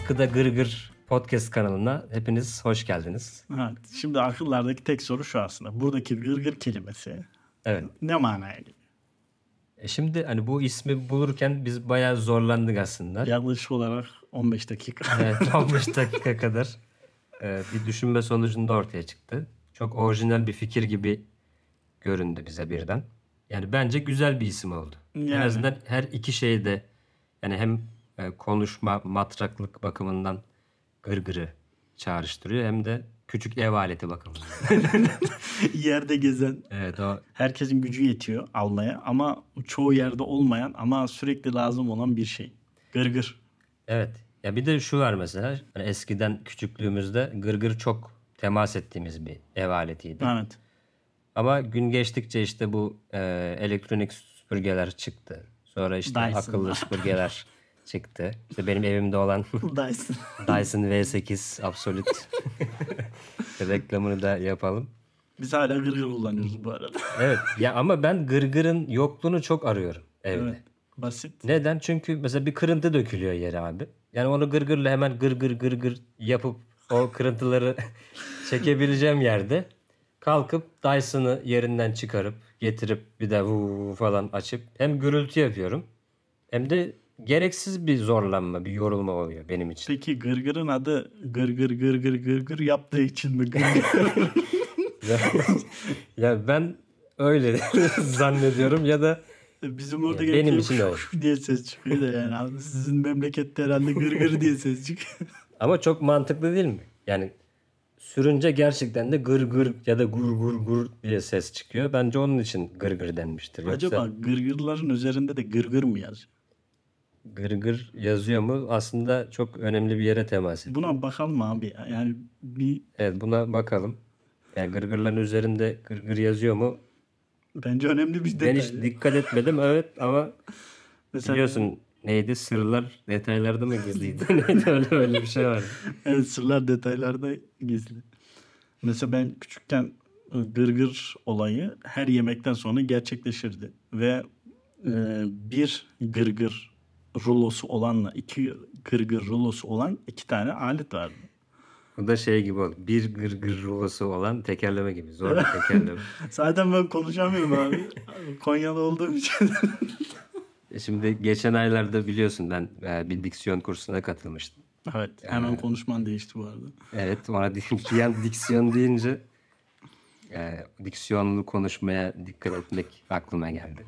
Askıda Gırgır podcast kanalına hepiniz hoş geldiniz. Evet, şimdi akıllardaki tek soru şu aslında. Buradaki gırgır kelimesi ne manaya geliyor? Şimdi hani bu ismi bulurken biz bayağı zorlandık aslında. Yaklaşık olarak 15 dakika. Evet, 15 dakika kadar bir düşünme sonucunda ortaya çıktı. Çok orijinal bir fikir gibi göründü bize birden. Yani bence güzel bir isim oldu. En azından her iki şeyde yani hem konuşma, matraklık bakımından gırgırı çağrıştırıyor hem de küçük ev aleti bakımından. Yerde gezen, Evet, o herkesin gücü yetiyor almaya ama çoğu yerde olmayan ama sürekli lazım olan bir şey. Gırgır. evet. Ya bir de şu var mesela. Hani eskiden küçüklüğümüzde gırgır çok temas ettiğimiz bir ev aletiydi. Evet. Ama gün geçtikçe işte bu elektronik süpürgeler çıktı. Sonra işte Dyson. akıllı süpürgeler çıktı. İşte benim evimde olan Dyson. Dyson V8 Absolute. Reklamını da yapalım. Biz hala gırgır kullanıyoruz bu arada. Evet. Ya ama ben gırgırın yokluğunu çok arıyorum evde. Evet. Basit. Neden? Çünkü mesela bir kırıntı dökülüyor yere abi. Yani onu gırgırla hemen gırgır yapıp o kırıntıları çekebileceğim yerde kalkıp Dyson'ı yerinden çıkarıp getirip bir de falan açıp hem gürültü yapıyorum hem de gereksiz bir zorlanma, bir yorulma oluyor benim için. Peki gırgırın adı gırgır yaptığı için mi gırgır? Ya ben öyle zannediyorum ya da Bizim orada benim için öyle. diye ses çıkıyor da yani abi sizin memlekette herhalde gırgır diye ses çıkıyor. Ama çok mantıklı değil mi? Yani sürünce gerçekten de gır ya da gur diye ses çıkıyor. Bence onun için gır denmiştir. Yoksa Acaba gırgırların üzerinde de gırgır mı yazıyor? gır yazıyor mu? Aslında çok önemli bir yere temas ediyor. Buna bakalım abi. Yani bir Evet, buna bakalım. Yani gırgırların üzerinde gır yazıyor mu? bence önemli bir detay. Ben hiç dikkat etmedim, evet, ama Mesela, biliyorsun neydi? Sırlar detaylarda mı gizliydi? Neydi, öyle bir şey var. evet, sırlar detaylarda gizli. Mesela ben küçükken gırgır olayı her yemekten sonra gerçekleşirdi. Ve bir gırgır rulosu olanla iki gırgır rulosu olan iki tane alet vardı. Bu da şey gibi oldu. Bir gırgır rulosu olan tekerleme gibi. Zor bir tekerleme. Zaten ben konuşamıyorum abi. Konyalı olduğum için. Şimdi geçen aylarda biliyorsun ben bir diksiyon kursuna katılmıştım. Evet, hemen konuşman değişti bu arada. Evet, ona bir an diksiyon deyince diksiyonlu konuşmaya dikkat etmek aklıma geldi.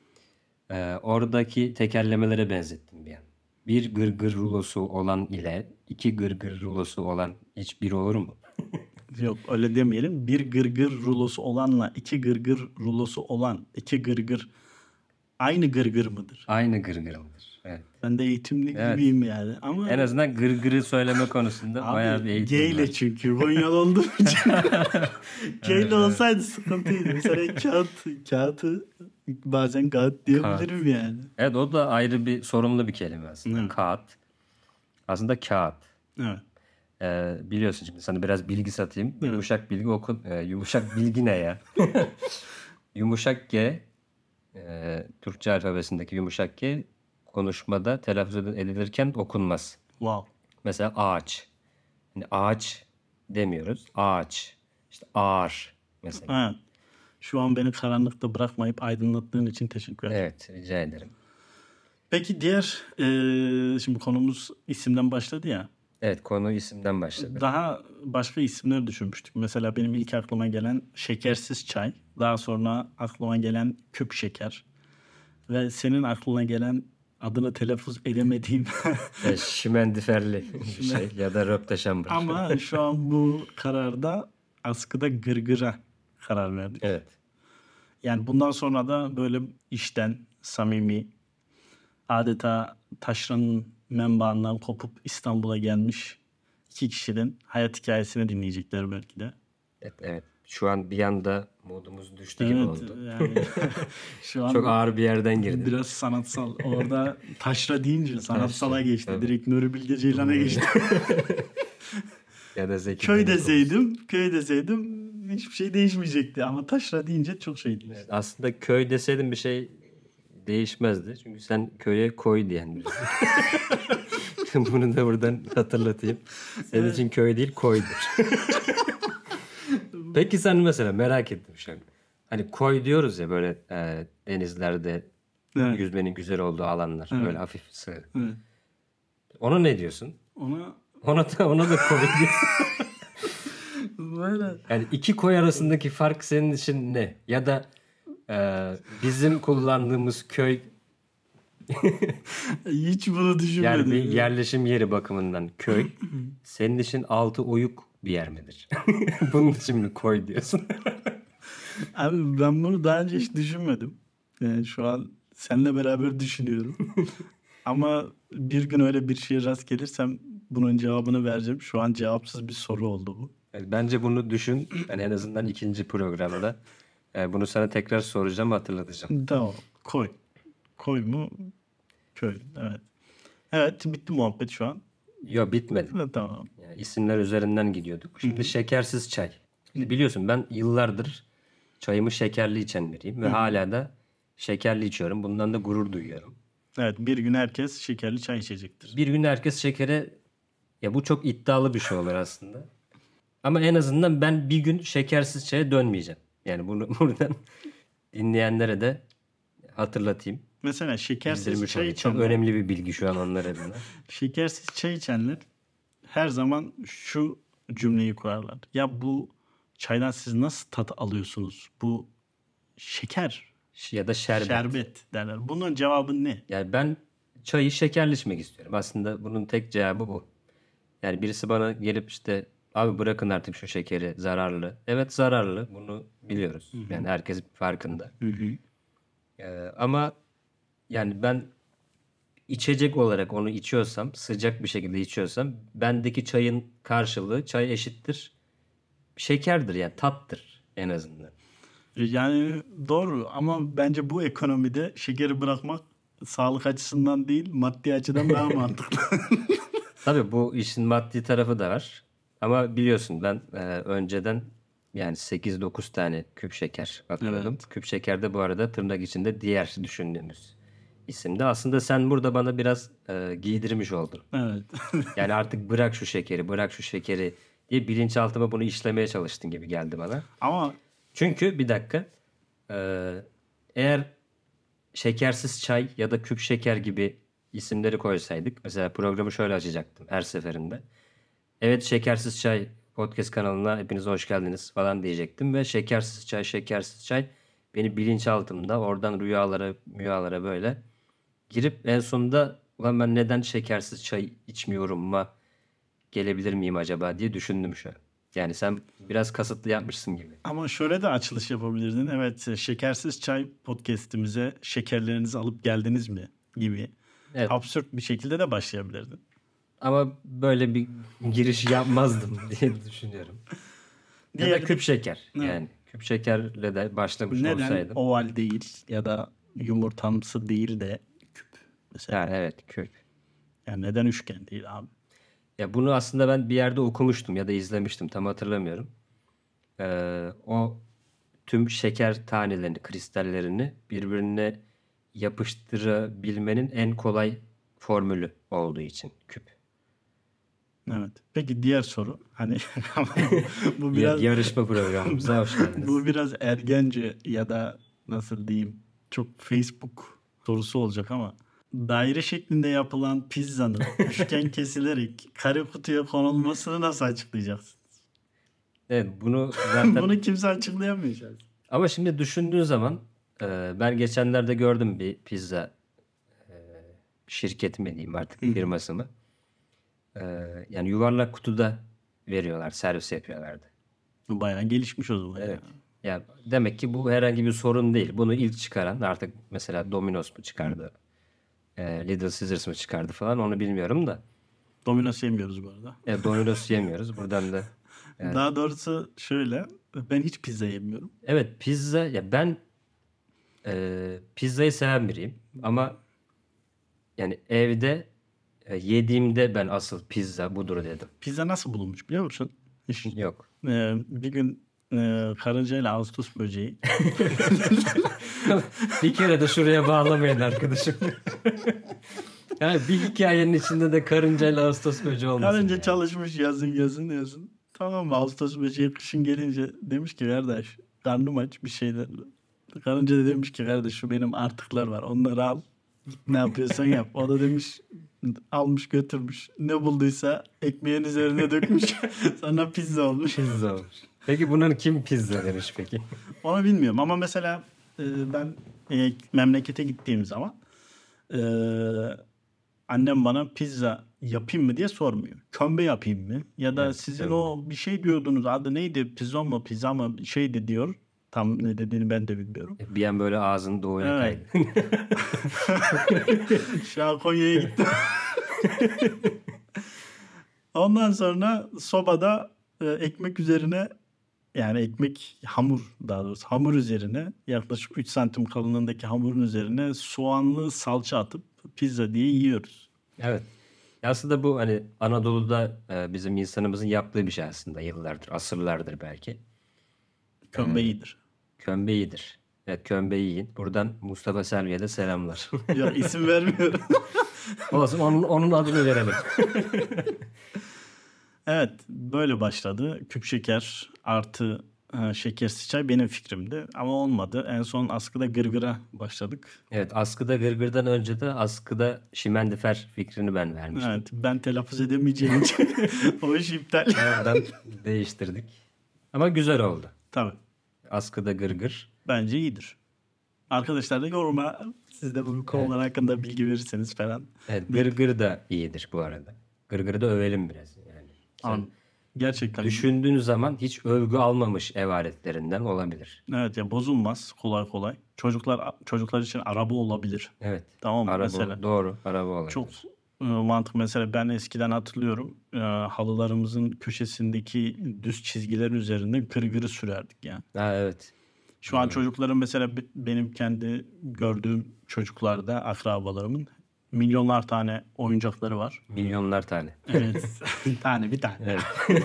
Oradaki tekerlemelere benzettim bir an. Bir gırgır rulosu olan ile iki gırgır rulosu olan hiçbir olur mu? Yok, öyle demeyelim. Bir gırgır rulosu olanla iki gırgır rulosu olan iki gırgır aynı gırgır mıdır? Aynı gırgır mıdır? Evet. Ben de eğitimli Evet. gibiyim yani. Ama En azından gırgırı söyleme konusunda bayağı bir eğitim G ile var. çünkü Konyalı olduğum için. G ile olsaydı sıkıntıydı. Mesela kağıtı bazen kağıt diyebilirim yani. Evet, o da ayrı bir sorunlu bir kelime aslında. Evet. Kağıt. Aslında kağıt. Evet. Biliyorsun, şimdi sana biraz bilgi satayım. Yumuşak bilgi okun. Yumuşak bilgi ne ya? Yumuşak G, Türkçe alfabesindeki yumuşak G konuşmada telaffuz edilirken okunmaz. Wow. Mesela ağaç. Hani ağaç demiyoruz. Ağaç. İşte ağır mesela. Evet. Şu an beni karanlıkta bırakmayıp aydınlattığın için teşekkür ederim. Evet, rica ederim. Peki şimdi konumuz isimden başladı ya. Evet, konu isimden başladı. Daha başka isimler düşünmüştük. Mesela benim ilk aklıma gelen şekersiz çay. Daha sonra aklıma gelen küp şeker. Ve senin aklına gelen adını telaffuz edemediğim. Şimendiferli bir şey ya da röpteşambır. Ama şu an bu kararda askıda gırgıra karar verdik. Evet. Yani bundan sonra da böyle işten samimi, adeta taşranın menbaından kopup İstanbul'a gelmiş iki kişinin hayat hikayesini dinleyecekler belki de. Evet. Şu an bir anda modumuz düştü gibi oldu. Yani şu an Çok ağır bir yerden girdi. biraz sanatsal. Orada taşra deyince sanatsala geçti. tabii. Direkt Nuri Bilge Ceylan'a geçti. Ya da Zeki Köydeseydim hiçbir şey değişmeyecekti. Ama taşra deyince çok şey değişti. Evet, aslında köy deseydin bir şey değişmezdi. Çünkü sen köye koy diyen birisin. Bunu da buradan hatırlatayım. Senin için köy değil koydur. Peki sen mesela merak ettim şu an. Hani koy diyoruz ya böyle denizlerde Evet. yüzmenin güzel olduğu alanlar. Evet. Böyle hafif sığ. Evet. Ona ne diyorsun? Ona Ona da koy diyorsun. böyle Yani iki koy arasındaki fark senin için ne? Ya da bizim kullandığımız köy hiç bunu yani düşünmedim. bir yerleşim yeri bakımından köy senin için altı oyuk bir yer midir? Bunun için mi koy diyorsun? Abi ben bunu daha önce hiç düşünmedim. Yani şu an seninle beraber düşünüyorum. Ama bir gün öyle bir şeye rast gelirsem bunun cevabını vereceğim. Şu an cevapsız bir soru oldu bu. Yani bence bunu düşün. Ben en azından ikinci programda bunu sana tekrar soracağım, hatırlatacağım. Tamam. Koy. Koy mu? Köy. Evet. Evet, bitti muhabbet şu an. Yok, bitmedi. Tamam. Yani isimler üzerinden gidiyorduk. Şimdi şekersiz çay. Şimdi biliyorsun ben yıllardır çayımı şekerli içen biriyim ve hala da şekerli içiyorum. Bundan da gurur duyuyorum. Evet, bir gün herkes şekerli çay içecektir. Bir gün herkes şekere, ya bu çok iddialı bir şey olur aslında. Ama en azından ben bir gün şekersiz çaya dönmeyeceğim. Yani bunu buradan dinleyenlere de hatırlatayım. Mesela şekersiz Bildirmiş çay olayım. Çok içenler, önemli bir bilgi şu an onlar adına. şekersiz çay içenler her zaman şu cümleyi kurarlar. Ya bu çaydan siz nasıl tat alıyorsunuz? Bu şeker, Ya da şerbet. şerbet derler. Bunun cevabı ne? Yani ben çayı şekerli içmek istiyorum. Aslında bunun tek cevabı bu. Yani birisi bana gelip işte abi bırakın artık şu şekeri, zararlı. Evet, zararlı, bunu biliyoruz. Yani herkes farkında. Ama yani ben içecek olarak onu içiyorsam, sıcak bir şekilde içiyorsam bendeki çayın karşılığı çay eşittir şekerdir, yani tattır en azından. Yani doğru ama bence bu ekonomide şekeri bırakmak sağlık açısından değil maddi açıdan daha mantıklı. Tabii bu işin maddi tarafı da var. Ama biliyorsun ben önceden yani 8-9 tane küp şeker atıyordum. Evet. Küp şeker de bu arada tırnak içinde diğer düşündüğümüz isimde. Aslında sen burada bana biraz giydirmiş oldun. Evet. Yani artık bırak şu şekeri, bırak şu şekeri diye bilinçaltıma bunu işlemeye çalıştın gibi geldi bana. Ama Çünkü bir dakika, eğer şekersiz çay ya da küp şeker gibi isimleri koysaydık, mesela programı şöyle açacaktım her seferinde. Evet, şekersiz çay podcast kanalına hepiniz hoş geldiniz falan diyecektim ve şekersiz çay, şekersiz çay beni bilinçaltımda oradan rüyalara böyle girip en sonunda ulan ben neden şekersiz çay içmiyorum ma gelebilir miyim acaba diye düşündüm şu an. Yani sen biraz kasıtlı yapmışsın gibi. Ama şöyle de açılış yapabilirdin. Evet, şekersiz çay podcast'imize şekerlerinizi alıp geldiniz mi gibi. Evet. Absürt bir şekilde de başlayabilirdin. Ama böyle bir giriş yapmazdım diye düşünüyorum. Ya da Diğer- küp şeker. Evet. Yani küp şekerle de başlamış Neden olsaydım. oval değil ya da yumurtamsı değil de küp mesela. Yani evet, küp. Yani neden üçgen değil abi? Ya bunu aslında ben bir yerde okumuştum ya da izlemiştim, tam hatırlamıyorum. O tüm şeker tanelerini, kristallerini birbirine yapıştırabilmenin en kolay formülü olduğu için küp. Evet. Peki diğer soru. Hani bu biraz Yarışma programımıza hoş geldiniz. bu biraz ergence ya da nasıl diyeyim çok Facebook sorusu olacak ama daire şeklinde yapılan pizzanın üçgen kesilerek kare kutuya konulmasını nasıl açıklayacaksın? Evet, bunu zaten Bunu kimse açıklayamayacak. ama şimdi düşündüğün zaman ben geçenlerde gördüm bir pizza şirketi mi diyeyim artık, firması mı? Yani yuvarlak kutuda veriyorlar, servis yapıyorlardı. Bu bayağı gelişmiş o zaman. Evet. Yani demek ki bu herhangi bir sorun değil. Bunu ilk çıkaran artık mesela Domino's mu çıkardı, Little Caesars mı çıkardı falan, onu bilmiyorum da. Domino's yemiyoruz bu arada. Domino's yemiyoruz. Buradan da Daha doğrusu şöyle. Ben hiç pizza yemiyorum. evet, pizza, ya ben pizzayı seven biriyim ama yani evde yediğimde ben asıl pizza budur dedim. Pizza nasıl bulunmuş biliyor musun? Hiç, Yok. bir gün karınca ile Ağustos böceği Bir kere de şuraya bağlamayın arkadaşım. Yani bir hikayenin içinde de karıncayla Ağustos böceği olmasın. Karınca yani. çalışmış yazın. Tamam mı? Ağustos böceği kışın gelince demiş ki kardeş karnım aç bir şeyler. Karınca da demiş ki kardeş şu benim artıklar var onları al. Git ne yapıyorsan yap. O da demiş almış götürmüş. Ne bulduysa ekmeğin üzerine dökmüş. Sonra pizza olmuş. Pizza olmuş. Peki bunun kim pizza demiş peki? Onu bilmiyorum ama mesela ben memlekete gittiğim zaman e, annem bana pizza yapayım mı diye sormuyor. Kömbe yapayım mı? Ya da Evet, sizin kömbe. o bir şey diyordunuz adı neydi? Pizza mı şeydi diyor. Tam ne dediğini ben de bilmiyorum. Bir an böyle ağzını doğuya Evet. kaydı. Şu an Konya'ya gittim. Ondan sonra sobada ekmek üzerine yani ekmek hamur daha doğrusu hamur üzerine yaklaşık 3 santim kalınlığındaki hamurun üzerine soğanlı salça atıp pizza diye yiyoruz. Evet. Aslında bu hani Anadolu'da bizim insanımızın yaptığı bir şey aslında yıllardır, asırlardır belki. Kömbe iyidir. Kömbe iyidir. Evet, kömbe yiyin. Buradan Mustafa Selvi'ye de selamlar. Ya isim vermiyorum. Olsun onun adını verelim. Evet böyle başladı. Küp şeker artı şekersiz çay benim fikrimdi ama olmadı. En son askıda gırgıra başladık. Evet, askıda gırgırdan önce de askıda şimendifer fikrini ben vermiştim. Evet ben telaffuz edemeyeceğim için o iş iptal. Oradan değiştirdik. Ama güzel oldu. Tabii Askıda gırgır. bence iyidir. Arkadaşlar da yoruma siz de bu konular hakkında bilgi verirseniz falan. Evet, gırgır da iyidir bu arada. Gırgırı da övelim biraz. Yani sen Gerçekten. düşündüğün zaman hiç övgü almamış ev aletlerinden olabilir. Evet ya bozulmaz kolay kolay. Çocuklar için araba olabilir. Evet. Tamam mı? Araba, Mesela doğru. Araba olabilir. çok mantık mesela ben eskiden hatırlıyorum halılarımızın köşesindeki düz çizgilerin üzerinde gırgırı sürerdik yani. Ha, evet. Şu an çocukların mesela benim kendi gördüğüm çocuklarda akrabalarımın milyonlar tane oyuncakları var. Milyonlar tane. Evet. bir tane. Evet.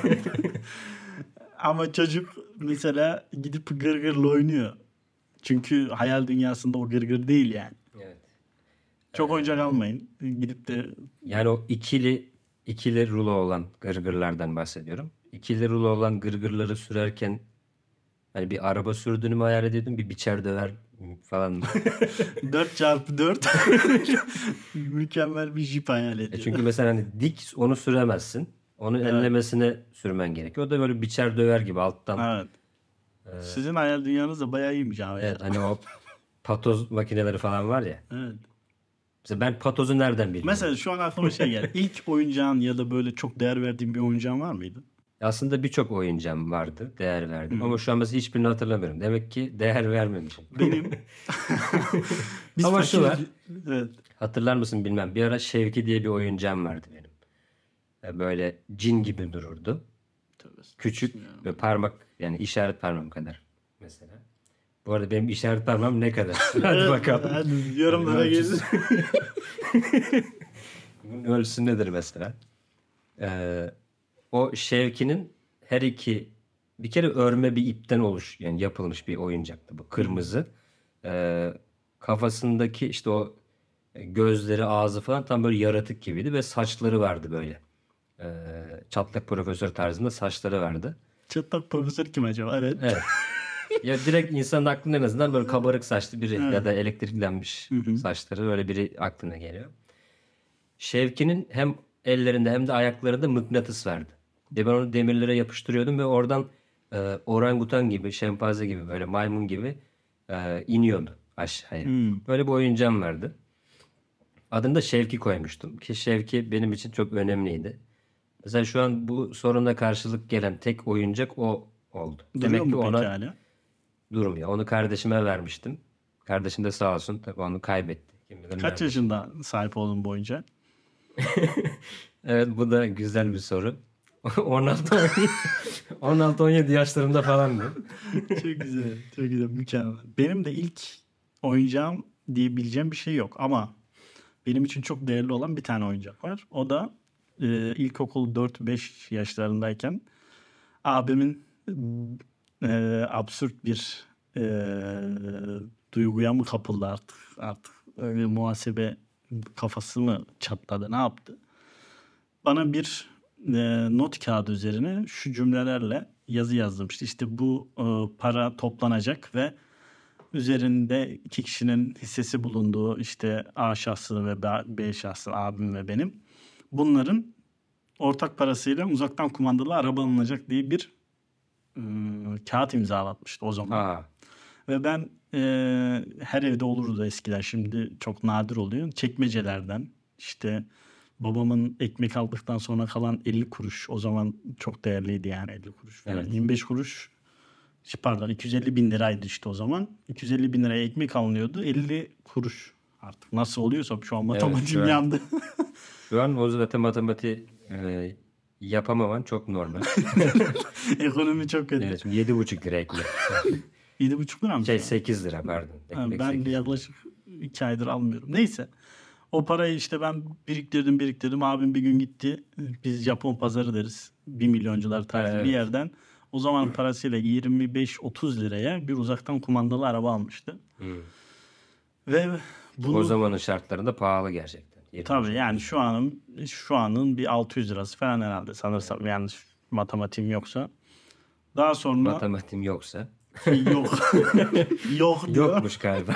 Ama çocuk mesela gidip gırgırla oynuyor. Çünkü hayal dünyasında o gırgır değil yani. Evet. Çok oyuncak almayın. Gidip de Yani o ikili rulo olan gırgırlardan bahsediyorum. İkili rulo olan gırgırları sürerken hani bir araba sürdüğünü mü hayal ediyordum, bir biçer döver falan mı? 4x4 mükemmel bir jip hayal ediyor. Çünkü mesela hani dik onu süremezsin. Onu enlemesine sürmen gerekiyor. O da böyle biçer döver gibi alttan. Evet. Sizin hayal dünyanız da bayağı iyiymiş abi. Evet, hani o patoz makineleri falan var ya. Evet. Mesela ben patozu nereden biliyorum? Mesela şu an aklıma şey geldi. İlk oyuncağın ya da böyle çok değer verdiğin bir oyuncağın var mıydı? Aslında birçok oyuncağım vardı. Değer verdim. Ama şu an mesela hiçbirini hatırlamıyorum. Demek ki değer vermemişim. Benim. Biz Ama şu var. Evet. Hatırlar mısın bilmem. Bir ara Şevki diye bir oyuncağım vardı benim. Böyle cin gibi dururdu. Küçük ve parmak yani işaret parmağım kadar mesela. Bu arada benim işaret parmağım ne kadar? Hadi bakalım. Hadi yorumlara gelin. Bunun ölçüsü nedir mesela? O Şevki'nin her iki bir kere örme bir ipten yani yapılmış bir oyuncaktı bu. Kırmızı. Kafasındaki işte o gözleri, ağzı falan tam böyle yaratık gibiydi ve saçları vardı böyle. Çatlak profesör tarzında saçları vardı. Çatlak profesör kim acaba? Evet. Evet. Ya direkt insanın aklına en azından böyle kabarık saçlı biri ya da elektriklenmiş saçları böyle biri aklına geliyor. Şevki'nin hem ellerinde hem de ayaklarında mıknatıs vardı. Ben onu demirlere yapıştırıyordum ve oradan orangutan gibi, şempanze gibi böyle maymun gibi iniyordu aşağıya. Böyle bir oyuncağım vardı. Adını da Şevki koymuştum ki Şevki benim için çok önemliydi. Mesela şu an bu soruna karşılık gelen tek oyuncak o oldu. Duruyor Demek ki mu peki ona hala? durmuyor. Onu kardeşime vermiştim. Kardeşim de sağ olsun tabii onu kaybetti. Kim bilir Kaç nerede. yaşında sahip oldun bu oyuncağa? Evet, bu da güzel bir soru. 16-17 yaşlarında falandı. Çok güzel. Çok güzel. Mükemmel. Benim de ilk oyuncağım diyebileceğim bir şey yok ama benim için çok değerli olan bir tane oyuncak var. O da ilkokul 4-5 yaşlarındayken abimin absürt bir duyguya mı kapıldı artık öyle muhasebe kafası mı çatladı, ne yaptı? Bana bir not kağıdı üzerine şu cümlelerle yazı yazmıştı. İşte bu para toplanacak ve üzerinde 2 kişinin hissesi bulunduğu, işte A şahsının ve B şahsının, abim ve benim. Bunların ortak parasıyla uzaktan kumandalı araba alınacak diye bir kağıt imzalatmıştı o zaman. Aa, Ve ben her evde olurdu eskiden, şimdi çok nadir oluyor. Çekmecelerden, işte babamın ekmek aldıktan sonra kalan 50 kuruş, o zaman çok değerliydi yani 50 kuruş falan. Evet. 25 kuruş, pardon 250 bin liraydı işte o zaman. 250 bin liraya ekmek alınıyordu, 50 kuruş. Artık nasıl oluyorsa şu an matematiğim şu an- yandı. şu an o zaten matematiği yapamaman çok normal. Ekonomi çok kötü. Evet, şimdi 7,5 lira ekmek. 7,5 lira mı? 8 lira pardon. Ha, Ekmek ben 8 de yaklaşık 2 aydır almıyorum. Neyse. O parayı işte ben biriktirdim. Abim bir gün gitti. Biz Japon pazarı deriz. 1 milyoncular tarzı Evet. bir yerden. O zaman parasıyla 25-30 liraya bir uzaktan kumandalı araba almıştı. Ve bunu O zamanın şartlarında pahalı gerçekten. tabii yani şu anın bir 600 lirası falan herhalde, sanırsam yanlış matematiğim yoksa. Daha sonra Matematiğim yoksa. yok. Yok diyor. Yokmuş galiba.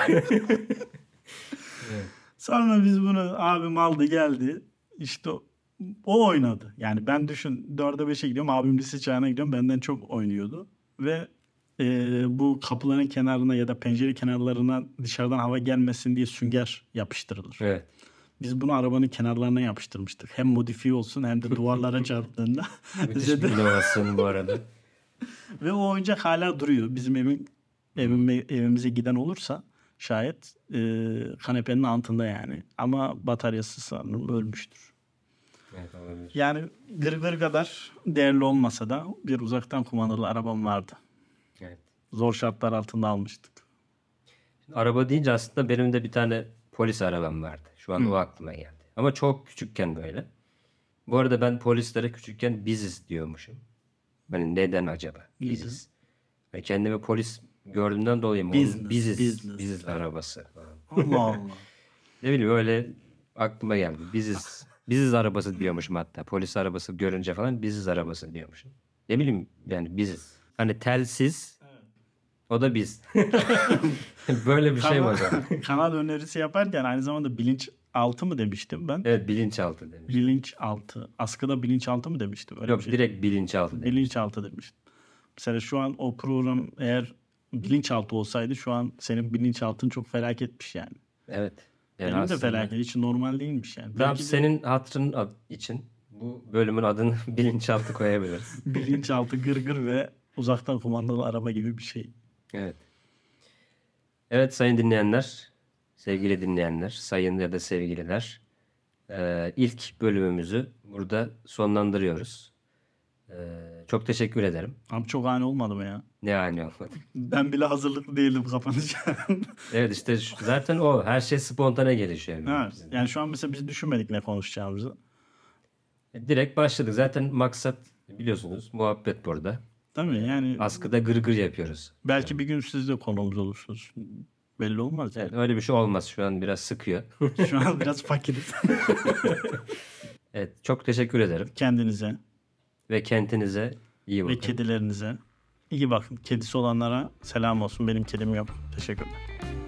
Sonra biz bunu, abim aldı geldi. İşte o oynadı. Yani ben düşün 4'e 5'e gidiyorum. Abim lise çağına gidiyorum. Benden çok oynuyordu. Ve bu kapıların kenarına ya da pencere kenarlarına dışarıdan hava gelmesin diye sünger yapıştırılır. Evet. Biz bunu arabanın kenarlarına yapıştırmıştık. Hem modifiye olsun hem de duvarlara çarptığında. Müthiş bir inovasyon bu arada. Ve o oyuncak hala duruyor. Bizim evimize giden olursa şayet kanepenin altında yani. Ama bataryası sanırım ölmüştür. Evet, olabilir. Yani gırgır kadar değerli olmasa da bir uzaktan kumandalı arabam vardı. Evet. Zor şartlar altında almıştık. Araba deyince aslında benim de bir tane polis arabam vardı. Şu an o aklıma geldi. Ama çok küçükken böyle. Bu arada ben polislere küçükken biziz diyormuşum. Hani neden acaba? Biziz. Ve kendimi polis gördüğümden dolayı mı? Business, Biziz. business. Biziz arabası falan. Allah Allah. Ne bileyim öyle aklıma geldi. Biziz. Biziz arabası diyormuşum hatta. Polis arabası görünce falan biziz arabası diyormuşum. Ne bileyim yani biziz. Hani telsiz. O da biz. Böyle bir şey mi acaba? Kanal önerisi yaparken aynı zamanda bilinçaltı mı demiştim ben? Evet, bilinçaltı demiş. Bilinçaltı. Askıda bilinçaltı mı demiştim? Öyle Yok, bir şey. direkt bilinçaltı demiş. Bilinçaltı demiştim. Mesela şu an o program eğer bilinçaltı olsaydı şu an senin bilinçaltın çok felaketmiş yani. Evet. Yani Benim de aslında felaket. Hiç normal değilmiş yani. Tam Belki de senin hatırın için bu bölümün adını bilinçaltı koyabiliriz. bilinçaltı gırgır ve uzaktan kumandalı araba gibi bir şey. Evet. Evet sayın dinleyenler, sevgili dinleyenler, sayın ya da sevgililer. İlk bölümümüzü burada sonlandırıyoruz. Çok teşekkür ederim. Ama çok ani olmadı mı ya? Ne ani olmadı. Ben bile hazırlıklı değildim kapanışa. Evet işte zaten o. Her şey spontane gelişiyor. Evet. bizim. Yani şu an mesela biz düşünmedik ne konuşacağımızı. Direkt başladık. Zaten maksat biliyorsunuz muhabbet burada. Değil mi? Yani Askıda gırgır yapıyoruz. belki bir gün siz de konuğumuz olursunuz. Belli olmaz. Evet, öyle bir şey olmaz. Şu an biraz sıkıyor. Şu an biraz fakiriz. Evet, çok teşekkür ederim. Kendinize Ve kentinize iyi ve bakın. kedilerinize iyi bakın. Kedisi olanlara selam olsun. Benim kedim yok. Teşekkürler.